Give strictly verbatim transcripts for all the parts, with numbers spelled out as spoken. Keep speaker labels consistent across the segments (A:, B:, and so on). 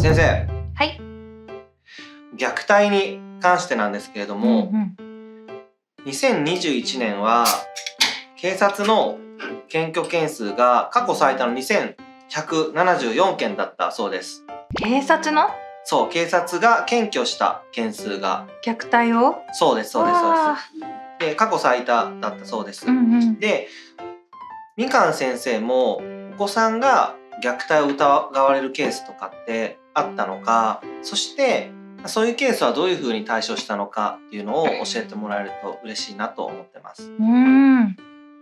A: 先生、
B: はい。
A: 虐待に関してなんですけれども、
B: うん
A: にせんにじゅういちねんは警察の検挙件数が過去最多のにせんひゃくななじゅうよんけんだったそうです。
B: 警察の
A: そう、警察が検挙した件数が。
B: 虐待を。
A: そうですそうですそう
B: あ
A: です。で過去最多だったそうです。
B: ーうんうん。
A: でみかん先生もお子さんが虐待を疑われるケースとかってあったのか、そしてそういうケースはどういうふうに対処したのかっていうのを教えてもらえると嬉しいなと思ってます。
B: うーん。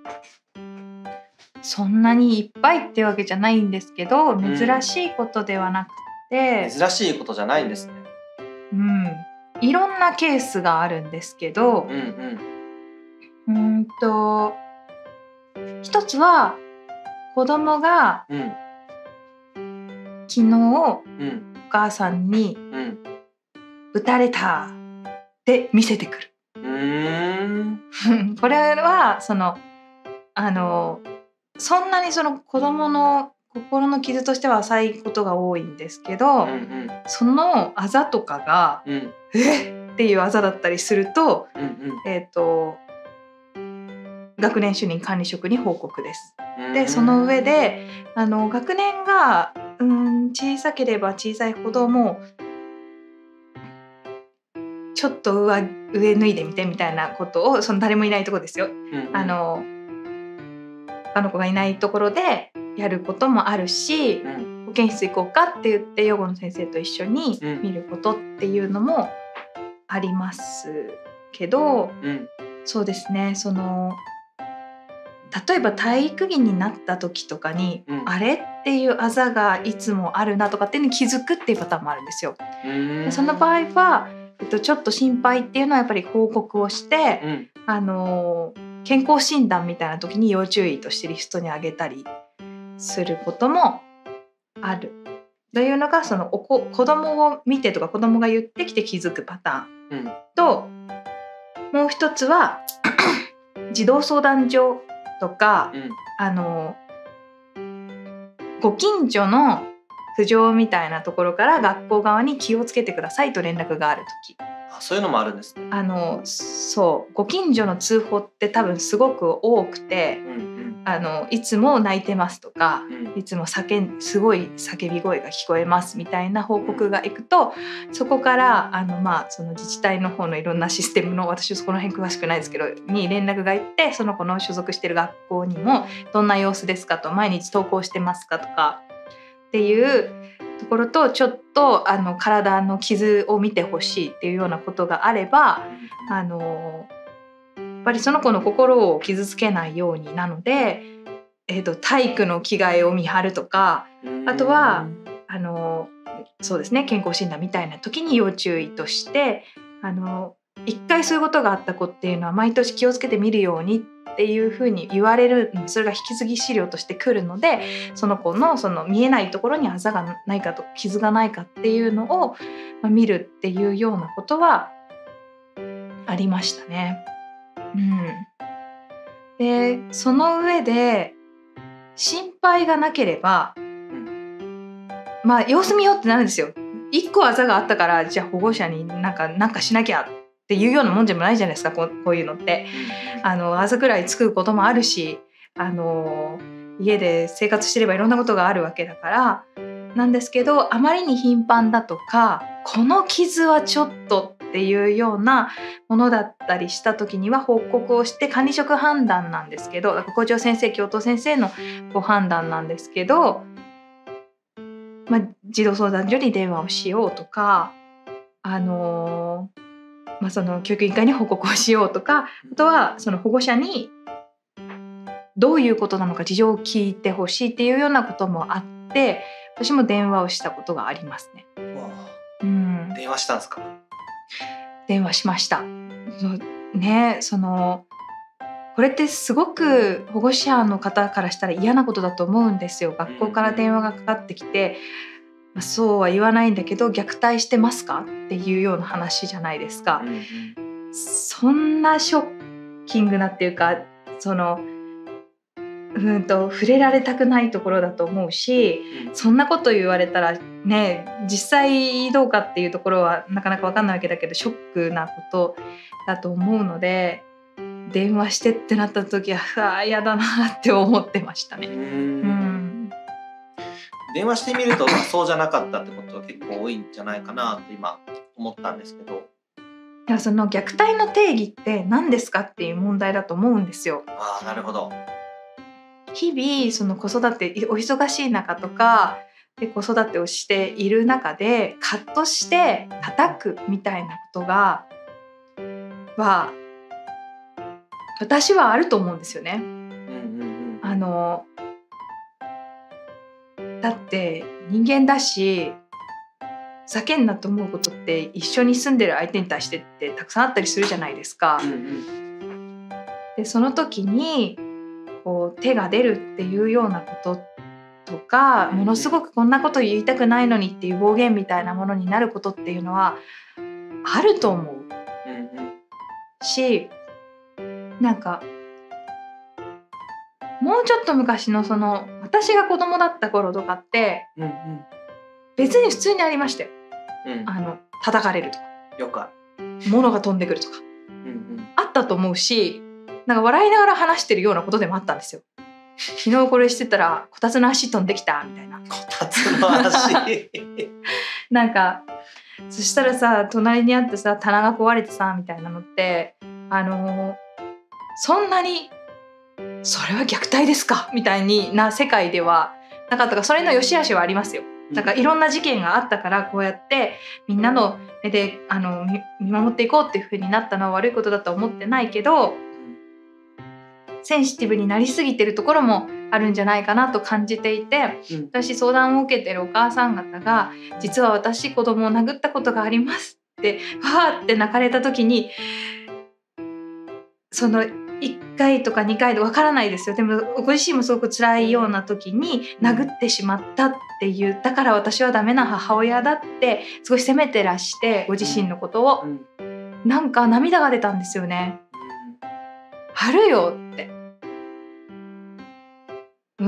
B: そんなにいっぱいってわけじゃないんですけど、
A: ん
B: 珍しいことではなくて、
A: 珍しいことじゃないんですね。
B: うん、いろんなケースがあるんですけど、
A: うんうん
B: うーんと一つは子供が
A: うん
B: 昨日
A: うん
B: お母さんに
A: うん
B: 撃たれたって見せてくる。
A: うーん
B: これはそのあのそんなにその子供の心の傷としては浅いことが多いんですけど、
A: うんうん
B: そのあざとかが
A: うん
B: 「えっ!」っていうあざだったりすると、
A: うん
B: えーと学年主任管理職に報告です。
A: うん
B: でその上であの学年がうーん小さければ小さいほどもうちょっと上上脱いでみてみたいなことを、その誰もいないところですよ、
A: うんうん
B: あの他の子がいないところでやることもあるし、
A: うん
B: 保健室行こうかって言って養護の先生と一緒に見ることっていうのもありますけど、
A: うん
B: そうですね、その例えば体育着になった時とかに、
A: うん
B: あれっていうあざがいつもあるなとかっていうのに気づくっていうパターンもあるんですよ。
A: うーん
B: でその場合は、えっと、ちょっと心配っていうのはやっぱり報告をして、
A: うん
B: あの健康診断みたいな時に要注意としてリストに上げたりすることもあるというのが、そのおこ子供を見てとか子供が言ってきて気づくパターン
A: うん
B: と、もう一つは児童相談所とか、
A: うん
B: あのご近所の苦情みたいなところから学校側に気をつけてくださいと連絡がある時、
A: あ、そういうのもあるんですね。
B: あのそうご近所の通報って多分すごく多くて、
A: うんうん
B: あのいつも泣いてますとか、
A: うん
B: いつも叫んすごい叫び声が聞こえますみたいな報告がいくと、そこからあの、まあ、その自治体の方のいろんなシステムの、私そこの辺詳しくないですけどに連絡がいって、その子の所属してる学校にもどんな様子ですかと、毎日登校してますかとかっていうところと、ちょっとあの体の傷を見てほしいっていうようなことがあれば、あのやっぱりその子の心を傷つけないようになので、えーと、体育の着替えを見張るとか、あとはあのそうですね、健康診断みたいな時に要注意として、あの一回そういうことがあった子っていうのは毎年気をつけてみるようにっていうふうに言われる、それが引き継ぎ資料としてくるので、その子のその見えないところにあざがないかと傷がないかっていうのを、まあ、見るっていうようなことはありましたね。うん、でその上で心配がなければ、うん、まあ様子見ようってなるんですよ。一個あざがあったからじゃあ保護者になんかなんかしなきゃっていうようなもんじゃないじゃないですか、こう、こういうのって。あのあざくらいつくこともあるし、あの家で生活してればいろんなことがあるわけだからなんですけど、あまりに頻繁だとかこの傷はちょっとっていうようなものだったりした時には報告をして、管理職判断なんですけど、校長先生教頭先生のご判断なんですけど、まあ、児童相談所に電話をしようとか、あのーまあ、その教育委員会に報告をしようとか、あとはその保護者にどういうことなのか事情を聞いてほしいっていうようなこともあって、私も電話をしたことがありますね。
A: わあ、
B: うん、
A: 電話したんですか？
B: 電話しました。そうね、そのこれってすごく保護者の方からしたら嫌なことだと思うんですよ。学校から電話がかかってきて、まあ、そうは言わないんだけど虐待してますかっていうような話じゃないですか。うんうん、そんなショッキングなっていうか、そのうんと触れられたくないところだと思うし、
A: うん
B: そんなこと言われたらね、実際どうかっていうところはなかなか分かんないわけだけど、ショックなことだと思うので、電話してってなった時はうわ嫌だなって思ってましたね。
A: う
B: うんん
A: 電話してみると、まあ、そうじゃなかったってことは結構多いんじゃないかなと今思ったんですけど。
B: いや、その虐待の定義って何ですかっていう問題だと思うんですよ。
A: ああ、なるほど。
B: 日々その子育てお忙しい中とかで子育てをしている中でカットして叩くみたいなことがは私はあると思うんですよね。
A: うんうんうん。
B: あのだって人間だし、ふざけんなと思うことって一緒に住んでる相手に対してってたくさんあったりするじゃないですか。
A: うんうん
B: でその時にこう手が出るっていうようなこととか、ものすごくこんなこと言いたくないのにっていう暴言みたいなものになることっていうのはあると思う
A: うんうん
B: し、なんかもうちょっと昔のその私が子供だった頃とかって
A: うんうん
B: 別に普通にありましたよ。
A: うん。
B: あの叩かれるとか
A: よくあ
B: 物が飛んでくるとか
A: る。うんうん。
B: あったと思うし、なんか笑いながら話してるようなことでもあったんですよ。昨日これしてたらこたつの足飛んできたみたいな。
A: こたつの足。
B: なんかそしたらさ、隣にあってさ棚が壊れてさみたいなのって、あのーそんなにそれは虐待ですかみたいにな世界ではなかったか、それの良し悪しはありますよ。だからいろんな事件があったからこうやってみんなの目であの 見, 見守っていこうっていう風になったのは悪いことだとは思ってないけど、センシティブになりすぎてるところもあるんじゃないかなと感じていて、
A: うん
B: 私相談を受けてるお母さん方が実は私子供を殴ったことがありますってわーって泣かれた時に、そのいっかいとかにかいでわからないですよ。でもご自身もすごく辛いような時に殴ってしまったっていう、だから私はダメな母親だってすごい責めてらしてご自身のことを、
A: うん
B: なんか涙が出たんですよね。あるよって。うん、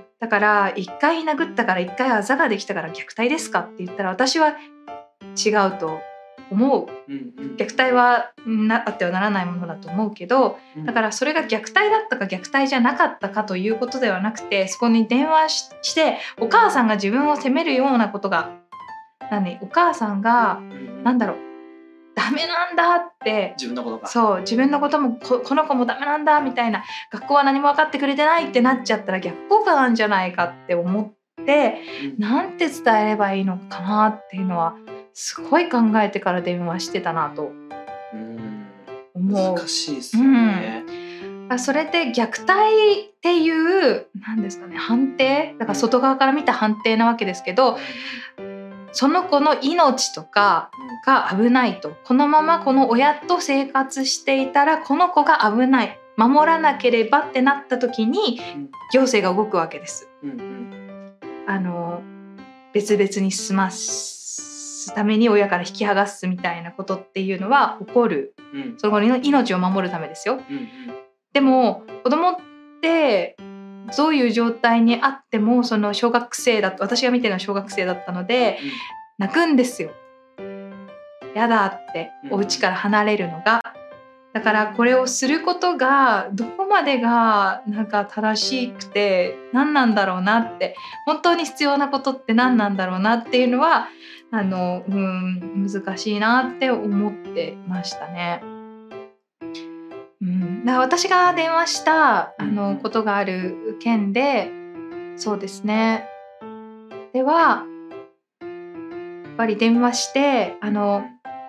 B: だからいっかい殴ったからいっかいあざができたから虐待ですかって言ったら私は違うと思う。
A: うんうん。
B: 虐待はなあってはならないものだと思うけど、
A: うん
B: だからそれが虐待だったか虐待じゃなかったかということではなくて、そこに電話 し, してお母さんが自分を責めるようなことが、なんでお母さんが
A: うん
B: なんだろう、ダメなんだって
A: 自分のことか。
B: そう自分のことも こ, この子もダメなんだみたいな、学校は何も分かってくれてないってなっちゃったら逆効果なんじゃないかって思って、
A: うん
B: なんて伝えればいいのかなっていうのはすごい考えてから電話してたなと
A: うん
B: 思う。
A: 難しいですよね。
B: あそれって虐待っていうなんですかね、判定だから外側から見た判定なわけですけど、その子の命とかが危ないと、このままこの親と生活していたらこの子が危ない、守らなければってなった時に
A: うん
B: 行政が動くわけです。
A: うんうん
B: あの別々に住ますために親から引き剥がすみたいなことっていうのは起こる。
A: うん
B: その子の命を守るためですよ。
A: うんうん
B: でも子供ってどういう状態にあっても、その小学生だと私が見てるのは小学生だったので泣くんですよ。やだって
A: うん
B: お家から離れるのが。だからこれをすることがどこまでがなんか正しくて何なんだろうなって、本当に必要なことって何なんだろうなっていうのはあのうん難しいなって思ってましたね。うん、だから私が電話したあのことがある件で、そうですね、ではやっぱり電話してあの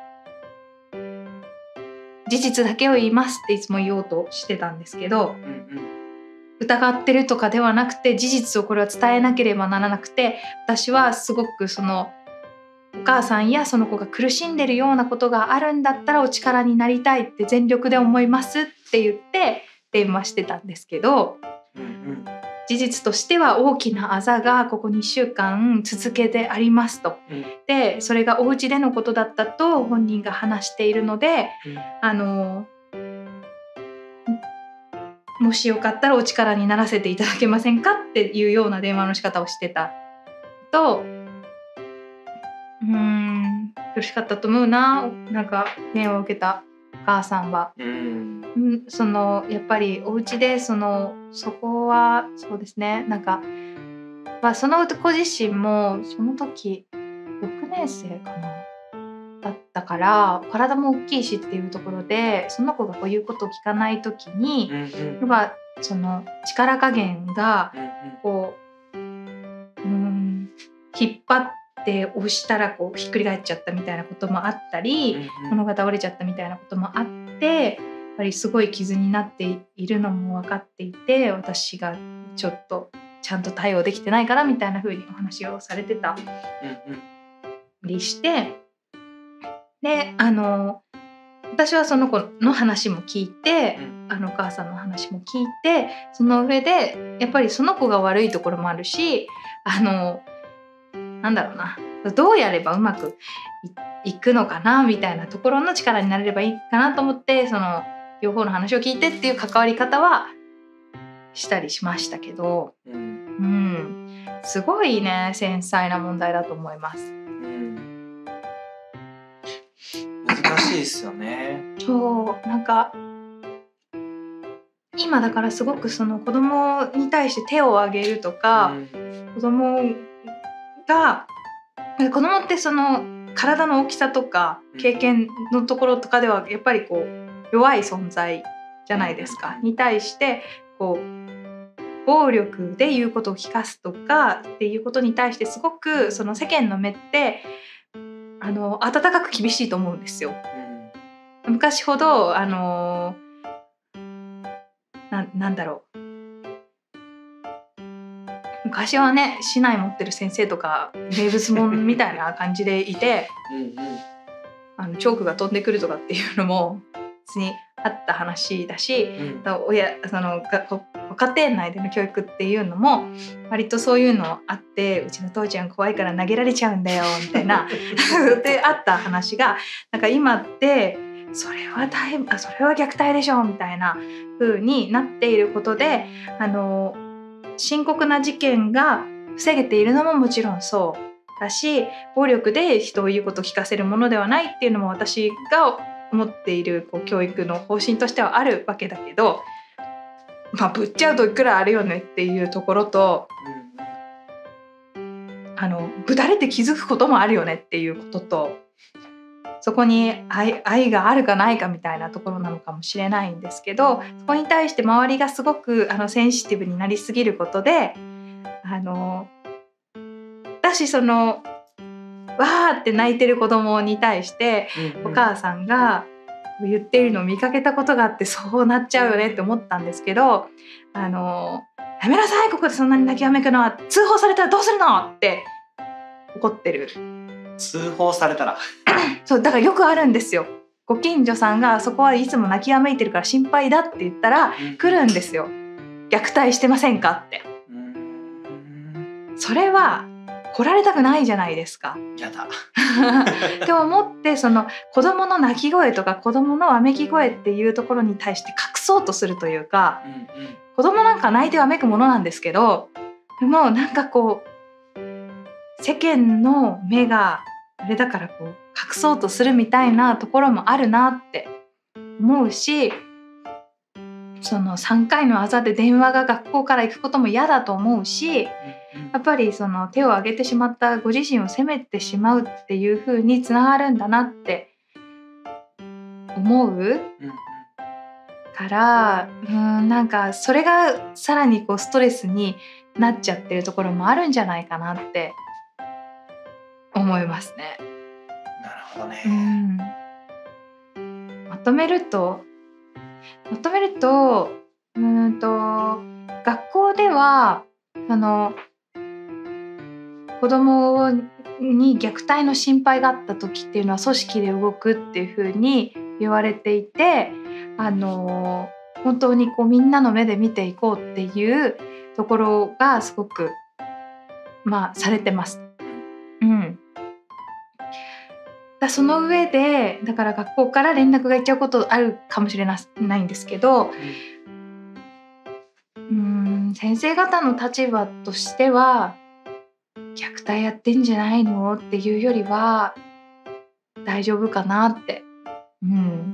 B: 事実だけを言いますっていつも言おうとしてたんですけど、
A: うんうん
B: 疑ってるとかではなくて事実をこれは伝えなければならなくて、私はすごくそのお母さんやその子が苦しんでるようなことがあるんだったらお力になりたいって全力で思いますって言って電話してたんですけど、
A: うんうん
B: 事実としては大きなあざがここにしゅうかん続けてありますと。
A: うん
B: でそれがお家でのことだったと本人が話しているので、
A: うん
B: あのもしよかったらお力にならせていただけませんかっていうような電話の仕方をしてたと、うーん苦しかったと思うな。なんか電話を受けたお母さんは、
A: うん、
B: うん、そのやっぱりお家でそのそこはそうですね、なんか、まあ、その子自身もその時ろくねん生かなだったから体も大きいしっていうところで、その子がこういうことを聞かない時に、
A: うんうん
B: やっぱその力加減が
A: うん
B: こう、うーん引っ張って押したらこうひっくり返っちゃったみたいなこともあったり、
A: うんうん
B: 物が倒れちゃったみたいなこともあって、やっぱりすごい傷になっているのも分かっていて、私がちょっとちゃんと対応できてないからみたいな風にお話をされてた
A: うんうん
B: りして、であの私はその子の話も聞いて、あのお母さんの話も聞いて、その上でやっぱりその子が悪いところもあるし、あのなんだろうな、どうやればうまく い, いくのかなみたいなところの力になれればいいかなと思って、その両方の話を聞いてっていう関わり方はしたりしましたけど、
A: うん
B: うん、すごいね繊細な問題だと思います。
A: うん難しいですよね。
B: そうなんか今だからすごくその子供に対して手を挙げるとか、
A: うん
B: 子供が子供ってその体の大きさとか経験のところとかではやっぱりこう弱い存在じゃないですか、に対してこう暴力で言うことを聞かすとかっていうことに対してすごくその世間の目ってあの温かく厳しいと思うんですよ。昔ほどあのな, なんだろう昔はね竹刀持ってる先生とか名物もんみたいな感じでいて
A: うんうん
B: あのチョークが飛んでくるとかっていうのも別にあった話だし、
A: うん
B: 親そのがご家庭内での教育っていうのも割とそういうのあって、うちの父ちゃん怖いから投げられちゃうんだよみたいなであった話がなんか今ってそれはだいぶあそれは虐待でしょみたいな風になっていることで、あの深刻な事件が防げているのももちろんそうだし、暴力で人を言うことを聞かせるものではないっていうのも私が思っているこう教育の方針としてはあるわけだけど、まあぶっちゃうといくらあるよねっていうところと、あのぶたれて気づくこともあるよねっていうことと、そこに 愛, 愛があるかないかみたいなところなのかもしれないんですけど、そこに対して周りがすごくあのセンシティブになりすぎることで、あのだしそのわーって泣いてる子供に対してお母さんが言っているのを見かけたことがあって、そうなっちゃうよねって思ったんですけど、あのやめなさいここでそんなに泣きわめくのは、通報されたらどうするのって怒ってる。
A: 通報されたら
B: そうだからよくあるんですよ。ご近所さんがそこはいつも泣きわめいてるから心配だって言ったら来るんですよ。虐待してませんかって。それは来られたくないじゃないですか。
A: やだ
B: って思って、その子供の泣き声とか子供のわめき声っていうところに対して隠そうとするというか、
A: うんうん
B: 子供なんか泣いてわめくものなんですけど、でもなんかこう世間の目があれだからこう隠そうとするみたいなところもあるなって思うし、そのさんかいのあざで電話が学校から行くことも嫌だと思うし、やっぱりその手を挙げてしまったご自身を責めてしまうっていう風につながるんだなって思う
A: うん
B: から、うーんなんかそれがさらにこうストレスになっちゃってるところもあるんじゃないかなって思いますね。
A: なるほどね。
B: うんまとめるとまとめるとうーんと学校ではその子供に虐待の心配があった時っていうのは組織で動くっていう風に言われていて、あの本当にこうみんなの目で見ていこうっていうところがすごくまあされてます。うん。だその上でだから学校から連絡がいっちゃうことあるかもしれないんですけど、 先生方の立場としては虐待やってんじゃないのっていうよりは大丈夫かなって、うん、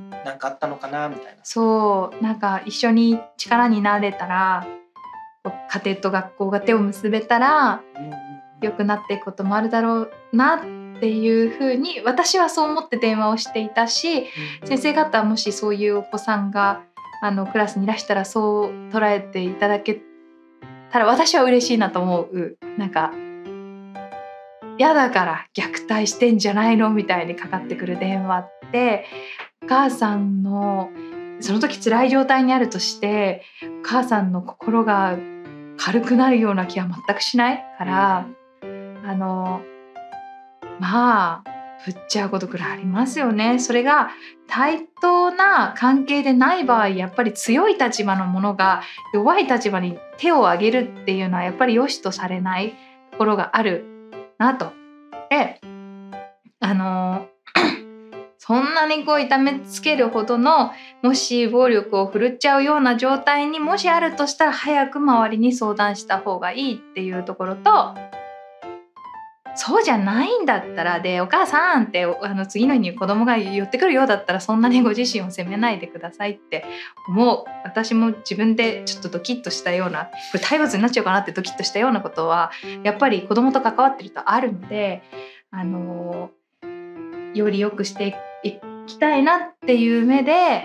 A: なんかあったのかなみたいな。
B: そうなんか一緒に力になれたら、家庭と学校が手を結べたら良くなっていくこともあるだろうなっていうふうに私はそう思って電話をしていたし、先生方はもしそういうお子さんがあのクラスにいらしたらそう捉えていただけたら私は嬉しいなと思う。なんか嫌だから虐待してんじゃないのみたいにかかってくる電話ってお母さんのその時辛い状態にあるとしてお母さんの心が軽くなるような気は全くしないから、あのまあ振っちゃうことくらいありますよね。それが対等な関係でない場合やっぱり強い立場のものが弱い立場に手を挙げるっていうのはやっぱり良しとされないところがあるなと。であのそんなにこう痛めつけるほどのもし暴力を振るっちゃうような状態にもしあるとしたら早く周りに相談した方がいいっていうところと、そうじゃないんだったらでお母さんってあの次の日に子供が寄ってくるようだったらそんなにご自身を責めないでくださいって思う。私も自分でちょっとドキッとしたようなこれ体罰になっちゃうかなってドキッとしたようなことはやっぱり子供と関わってるとあるので、あのより良くしていきたいなっていう目で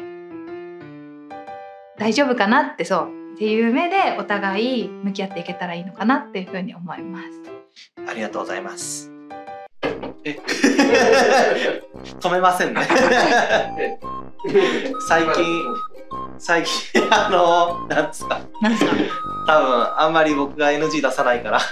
B: 大丈夫かなってそうっていう目でお互い向き合っていけたらいいのかなっていうふうに思います。
A: ありがとうございます。え止めませんね最近最近あのなんですか
B: なんですか
A: 多分あんまり僕が エヌジー 出さないから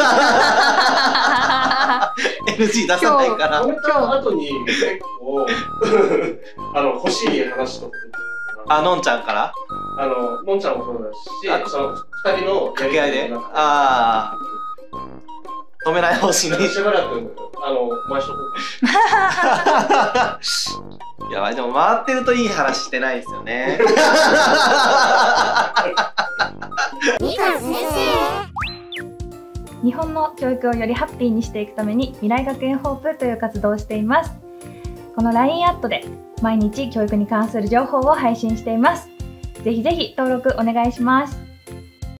A: エヌジー 出さないから
C: 止めた後に結構あの欲しい話とか
A: あのんちゃんから
C: あののんちゃんもそうだし、そのふたりの
A: 掛け合いでああ止めない方針に
C: しばらくあの回しとこ
A: うかやばいでも回ってるといい話してないですよね
D: みかん先
B: 日本の教育をよりハッピーにしていくために未来学園ホープという活動をしています。この ライン アットで毎日教育に関する情報を配信しています。ぜひぜひ登録お願いします。